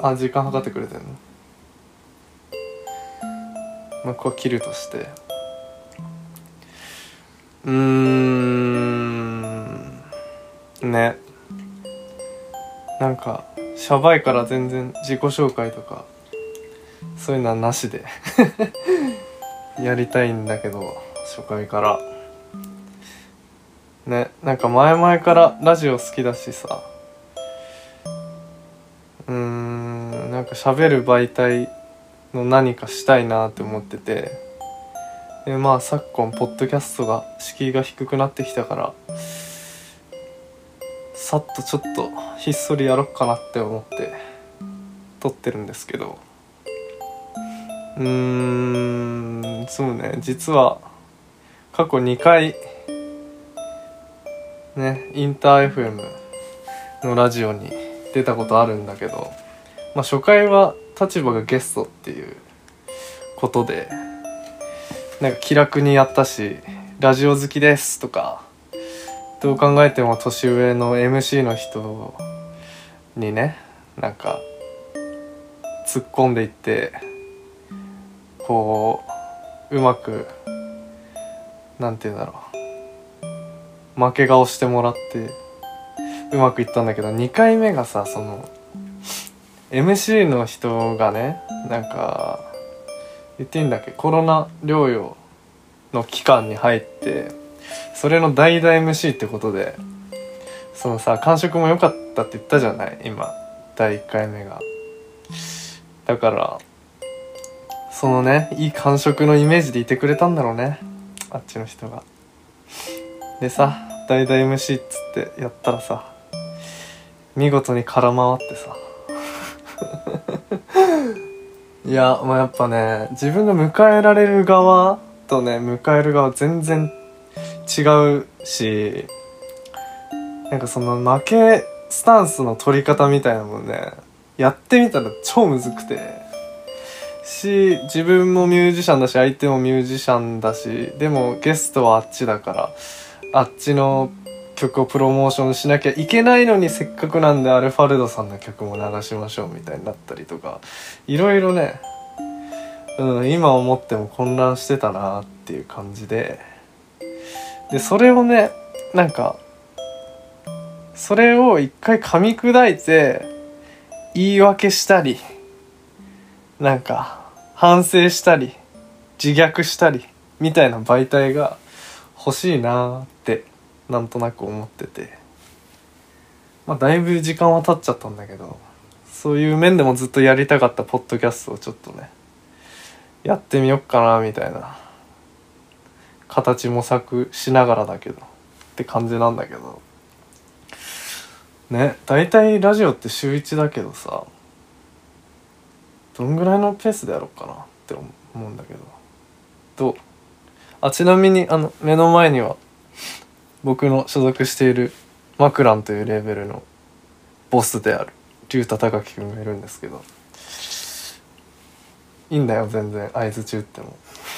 あ、時間計ってくれてんの。まあこう切るとして、ね、なんかシャバいから全然自己紹介とかそういうのはなしでやりたいんだけど、初回からね、なんか前々からラジオ好きだしさ、なんか喋る媒体の何かしたいなって思ってて、でまあ昨今ポッドキャストが敷居が低くなってきたから、さっとちょっとひっそりやろっかなって思って撮ってるんですけど、そうね、実は過去2回ね、インター FM のラジオに出たことあるんだけど、まあ初回は立場がゲストっていうことでなんか気楽にやったし、ラジオ好きですとか、どう考えても年上の MC の人にね、なんか突っ込んでいって、こううまくなんて言うんだろう、負け顔してもらってうまくいったんだけど、2回目がさ、その MC の人がね、なんか言っていいんだっけ、コロナ療養の期間に入って、それの代打 MC ってことで、そのさ、感触も良かったって言ったじゃない、今第1回目が。だからそのね、いい感触のイメージでいてくれたんだろうね、あっちの人が。でさ、代打 MC っつってやったらさ、見事に空回ってさいや、まあやっぱね、自分が迎えられる側とね、迎える側全然違うし、なんかその負けスタンスの取り方みたいなもんね、やってみたら超むずくてし、自分もミュージシャンだし相手もミュージシャンだし、でもゲストはあっちだから、あっちの曲をプロモーションしなきゃいけないのに、せっかくなんでアルファルドさんの曲も流しましょうみたいになったりとか、いろいろね、今思っても混乱してたなっていう感じで、それをね、なんかそれを一回噛み砕いて言い訳したり、なんか反省したり自虐したりみたいな媒体が欲しいなってなんとなく思ってて、まあだいぶ時間は経っちゃったんだけど、そういう面でもずっとやりたかったポッドキャストをちょっとねやってみよっかなみたいな、形模索しながらだけどって感じなんだけどね。だいたいラジオって週1だけどさ、どんぐらいのペースでやろうかなって思うんだけど、どう？あ、ちなみに目の前には僕の所属しているマクランというレーベルのボスである龍太隆樹くんがいるんですけど、いいんだよ全然相槌打っても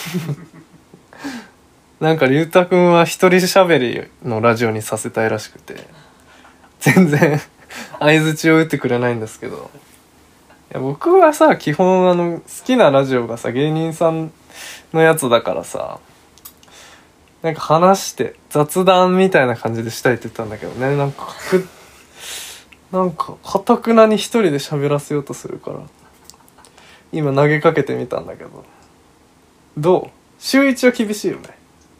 なんか龍太くんは一人喋りのラジオにさせたいらしくて、全然相槌を打ってくれないんですけど、いや僕はさ、基本好きなラジオがさ芸人さんのやつだからさ、なんか話して雑談みたいな感じでしたいって言ったんだけどね、なんか堅くなに一人で喋らせようとするから、今投げかけてみたんだけど、どう？週1は厳しいよね。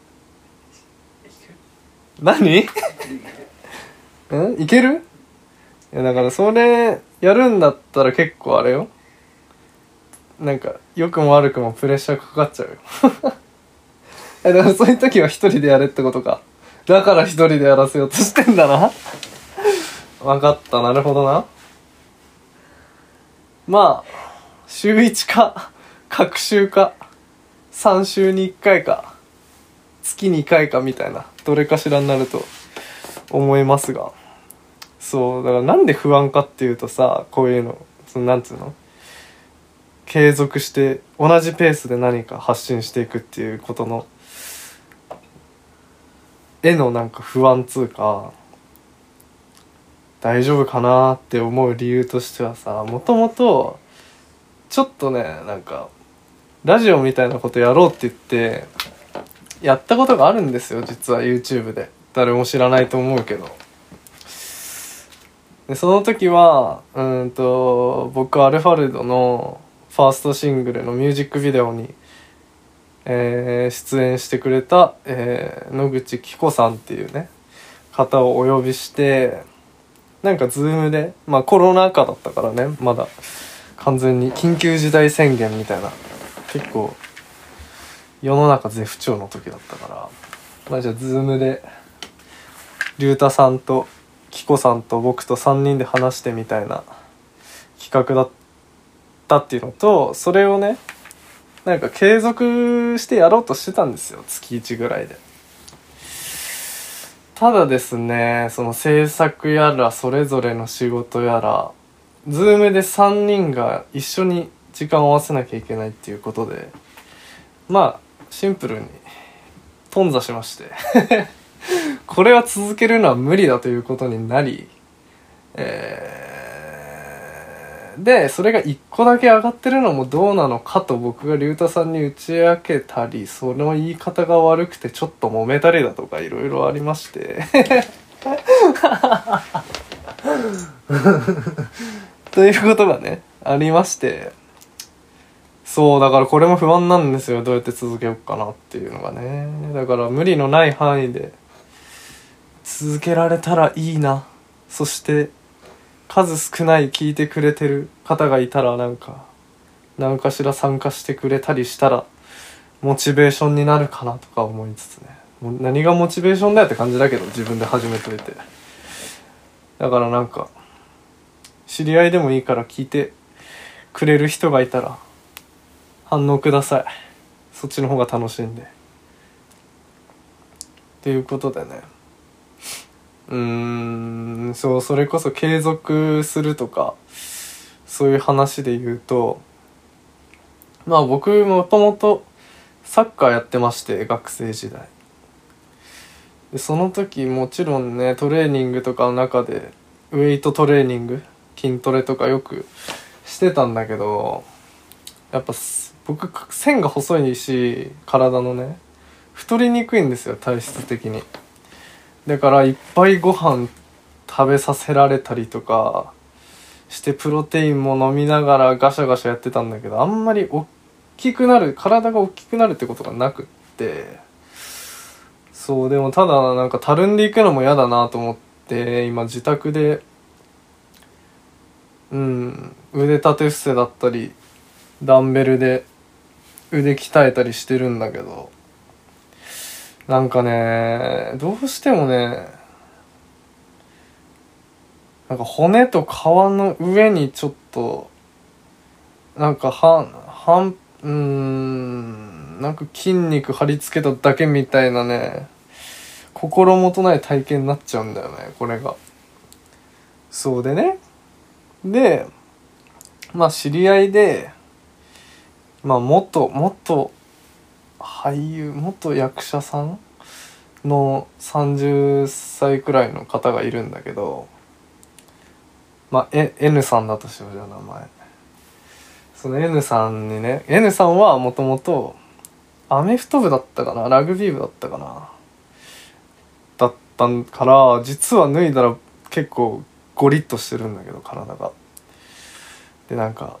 何いける？いやだからそれやるんだったら結構あれよ、なんか良くも悪くもプレッシャーかかっちゃうよだからそういう時は一人でやれってことか。だから一人でやらせようとしてんだな分かった、なるほどな。まあ週1か隔週か3週に1回か月2回かみたいな、どれかしらになると思いますが、そうだからなんで不安かっていうとさ、こういうのなんつうの、継続して同じペースで何か発信していくっていうことのなんか不安つうか、 大丈夫かなって思う理由としてはさ、もともとちょっとね、なんかラジオみたいなことやろうって言ってやったことがあるんですよ、実は YouTube で。誰も知らないと思うけど。でその時は僕アルファルドのファーストシングルのミュージックビデオに、出演してくれた、野口紀子さんっていうね方をお呼びして、なんかズームで、まあコロナ禍だったからね、まだ完全に緊急事態宣言みたいな、結構世の中絶不調の時だったから、まあじゃあズームで龍太さんと紀子さんと僕と3人で話してみたいな企画だったっていうのと、それをねなんか継続してやろうとしてたんですよ、月1ぐらいで。ただですね、その制作やらそれぞれの仕事やら、ズームで3人が一緒に時間を合わせなきゃいけないっていうことで、まあシンプルに頓挫しましてこれは続けるのは無理だということになり、でそれが1個だけ上がってるのもどうなのかと僕が龍太さんに打ち明けたり、その言い方が悪くてちょっと揉めたりだとかいろいろありましてということがねありまして、そうだからこれも不安なんですよ、どうやって続けようかなっていうのがね。だから無理のない範囲で続けられたらいいな。そして数少ない聞いてくれてる方がいたら、なんか何かしら参加してくれたりしたらモチベーションになるかなとか思いつつね、もう何がモチベーションだよって感じだけど、自分で始めといて。だからなんか知り合いでもいいから聞いてくれる人がいたら反応ください。そっちの方が楽しいんで。っていうことでね、そう、それこそ継続するとかそういう話で言うと、まあ僕もともとサッカーやってまして、学生時代で、その時もちろんねトレーニングとかの中でウェイトトレーニング、筋トレとかよくしてたんだけど、やっぱ僕線が細いし体のね太りにくいんですよ、体質的に。だからいっぱいご飯食べさせられたりとかしてプロテインも飲みながらガシャガシャやってたんだけど、あんまり体が大きくなるってことがなくって、そうでもただなんかたるんでいくのも嫌だなと思って今自宅で腕立て伏せだったりダンベルで腕鍛えたりしてるんだけど、なんかねどうしてもね、なんか骨と皮の上にちょっとなんかなんか筋肉貼り付けただけみたいなね、心もとない体型になっちゃうんだよね、これが。そうでね、でまあ知り合いで、まあ元俳優、元役者さんの30歳くらいの方がいるんだけど、まあN さんだとしよう、じゃあ名前。その N さんにね、N さんはもともとアメフト部だったかな、ラグビー部だったかなだったから、実は脱いだら結構ゴリッとしてるんだけど、体が。でなんか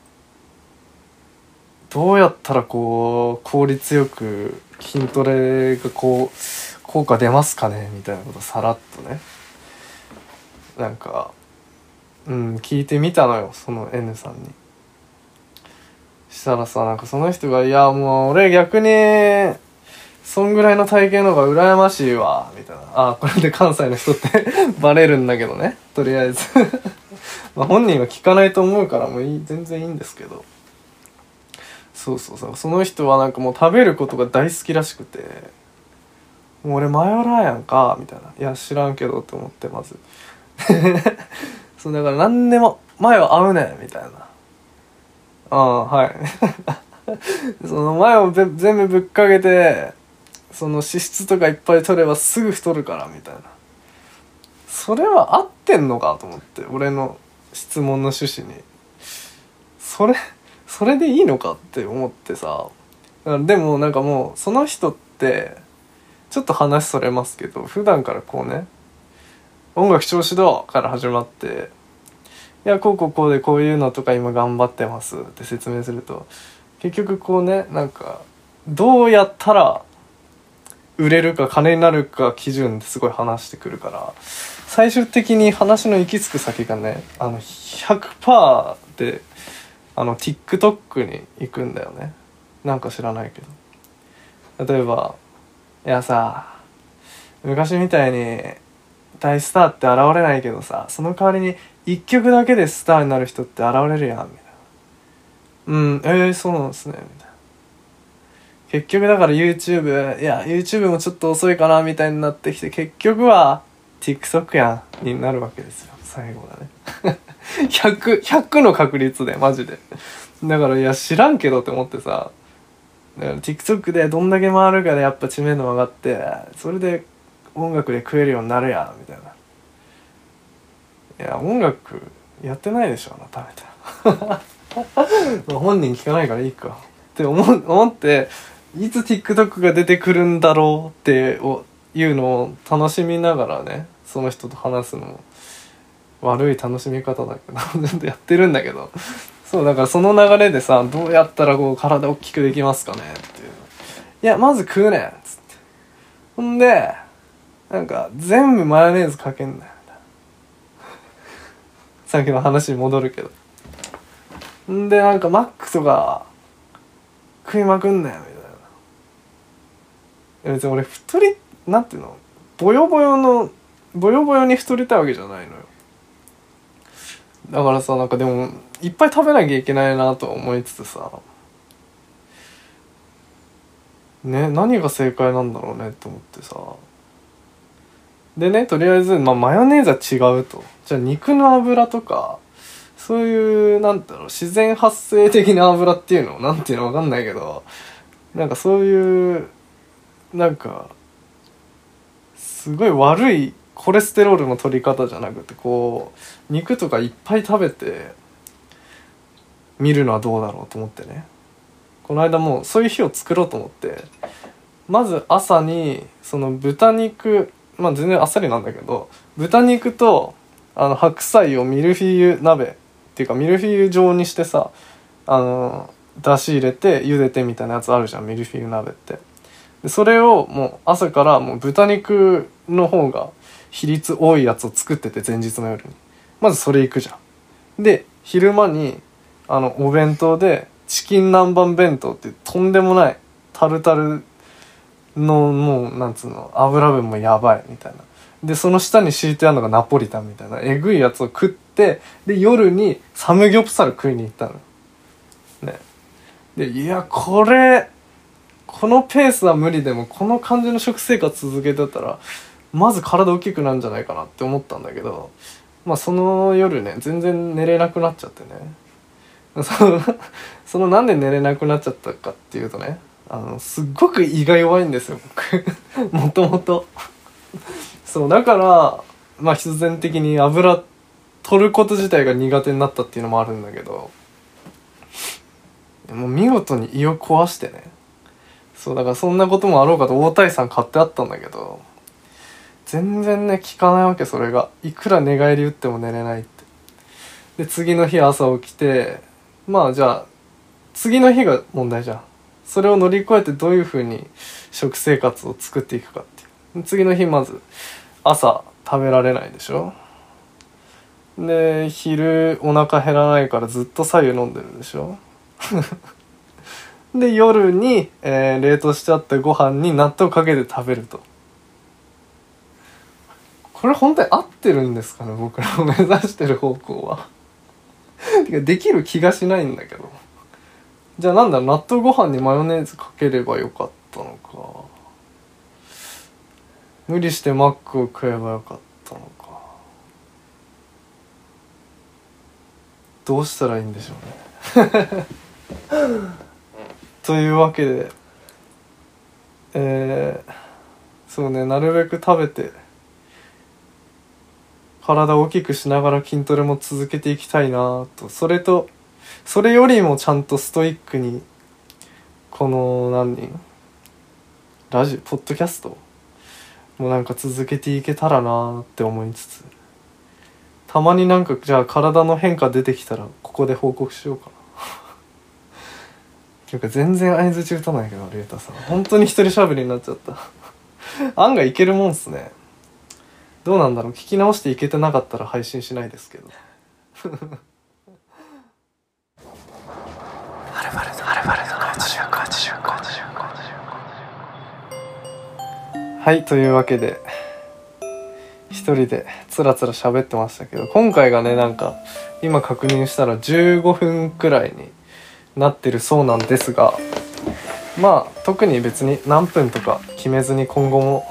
どうやったらこう効率よく筋トレがこう効果出ますかねみたいなことさらっとね、なんか聞いてみたのよ、その N さんに。したらさ、なんかその人が「いやもう俺逆にそんぐらいの体型の方が羨ましいわ」みたいな。これで関西の人ってバレるんだけどね、とりあえずまあ本人は聞かないと思うからもう全然いいんですけど、そうその人はなんかもう食べることが大好きらしくて、もう俺マヨラーやんかみたいな。いや知らんけどって思って、まずそうだから何でもマヨ合うねんみたいな。はいそのマヨを全部ぶっかけて、その脂質とかいっぱい取ればすぐ太るからみたいな。 それは合ってんのかと思って、俺の質問の趣旨にそれでいいのかって思ってさ。でもなんかもうその人ってちょっと話それますけど、普段からこうね、音楽調子どうから始まって、いやこうこうこうでこういうのとか今頑張ってますって説明すると、結局こうね、なんかどうやったら売れるか金になるか基準ですごい話してくるから、最終的に話の行き着く先がね、100% でTikTok に行くんだよね。なんか知らないけど、例えばいやさ、昔みたいに大スターって現れないけどさ、その代わりに一曲だけでスターになる人って現れるやんみたいな。そうなんですねみたいな。結局だから YouTube もちょっと遅いかなみたいになってきて、結局は TikTok やんになるわけですよ、最後だね。100の確率でマジで。だからいや知らんけどって思ってさ、だから TikTok でどんだけ回るかでやっぱ知名度上がって、それで音楽で食えるようになるやんみたいな。いや音楽やってないでしょあなたみたいな。本人聞かないからいいかって思って、いつ TikTok が出てくるんだろうっていうのを楽しみながらね、その人と話すのも悪い楽しみ方だけどちょっとやってるんだけど、そうだからその流れでさ、どうやったらこう体大きくできますかねっていう。いやまず食うねんっつって、ほんでなんか全部マヨネーズかけんなよみたいな。さっきの話に戻るけど、んでなんかマックとか食いまくんなよみたいな。いや別に俺なんていうの、ボヨボヨに太りたいわけじゃないのよ。だからさ、なんかでもいっぱい食べなきゃいけないなと思いつつさね、何が正解なんだろうねって思ってさ。でね、とりあえず、マヨネーズは違うと。じゃあ肉の油とかそういうなんだろう、自然発生的な油っていうのなんていうのわかんないけど、なんかそういうなんかすごい悪いコレステロールの取り方じゃなくて、こう肉とかいっぱい食べて見るのはどうだろうと思ってね、この間もうそういう日を作ろうと思って、まず朝にその豚肉、全然あっさりなんだけど、豚肉と白菜をミルフィーユ鍋っていうかミルフィーユ状にしてさ、出汁入れて茹でてみたいなやつあるじゃん、ミルフィーユ鍋って。でそれをもう朝からもう豚肉の方が比率多いやつを作ってて、前日の夜にまずそれいくじゃん。で昼間にお弁当でチキン南蛮弁当ってとんでもないタルタルのもうなんつうの、油分もやばいみたいな。でその下に敷いてあるのがナポリタンみたいなえぐいやつを食って、で夜にサムギョプサル食いに行ったのね。でいやこのペースは無理でもこの感じの食生活続けてたらまず体大きくなるんじゃないかなって思ったんだけど、その夜ね全然寝れなくなっちゃってね。そのなんで寝れなくなっちゃったかっていうとね、すっごく胃が弱いんですよ僕もともと。そうだから必然的に油取ること自体が苦手になったっていうのもあるんだけど、もう見事に胃を壊してね。そうだからそんなこともあろうかと大谷さん買ってあったんだけど、全然ね効かないわけ。それがいくら寝返り打っても寝れないって。で次の日朝起きて、じゃあ次の日が問題じゃん。それを乗り越えてどういう風に食生活を作っていくかっていう。次の日まず朝食べられないでしょ。で昼お腹減らないからずっと白湯飲んでるでしょ。で夜に、冷凍しちゃったご飯に納豆かけて食べると。これ本当に合ってるんですかね、僕らを目指してる方向は。てかできる気がしないんだけど。じゃあなんだ、納豆ご飯にマヨネーズかければよかったのか、無理してマックを食えばよかったのか、どうしたらいいんでしょうね。というわけでそうね、なるべく食べて体を大きくしながら筋トレも続けていきたいなと、それよりもちゃんとストイックにこのラジオポッドキャストもなんか続けていけたらなって思いつつ、たまになんかじゃあ体の変化出てきたらここで報告しようかなっていうか全然相づち打たないけど、竜太さん本当に一人喋りになっちゃった案外いけるもんっすね。どうなんだろう、聞き直していけてなかったら配信しないですけどはい、というわけで一人でつらつら喋ってましたけど、今回がねなんか今確認したら15分くらいになってるそうなんですが、まあ特に別に何分とか決めずに今後も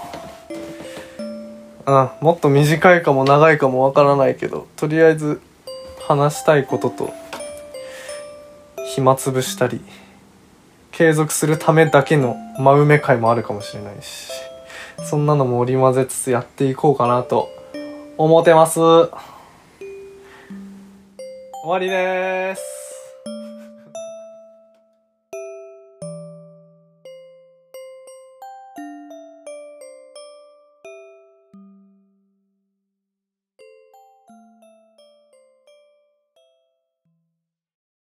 もっと短いかも長いかもわからないけど、とりあえず話したいことと暇つぶしたり継続するためだけの真埋め会もあるかもしれないし、そんなのも織り交ぜつつやっていこうかなと思ってます。終わりです。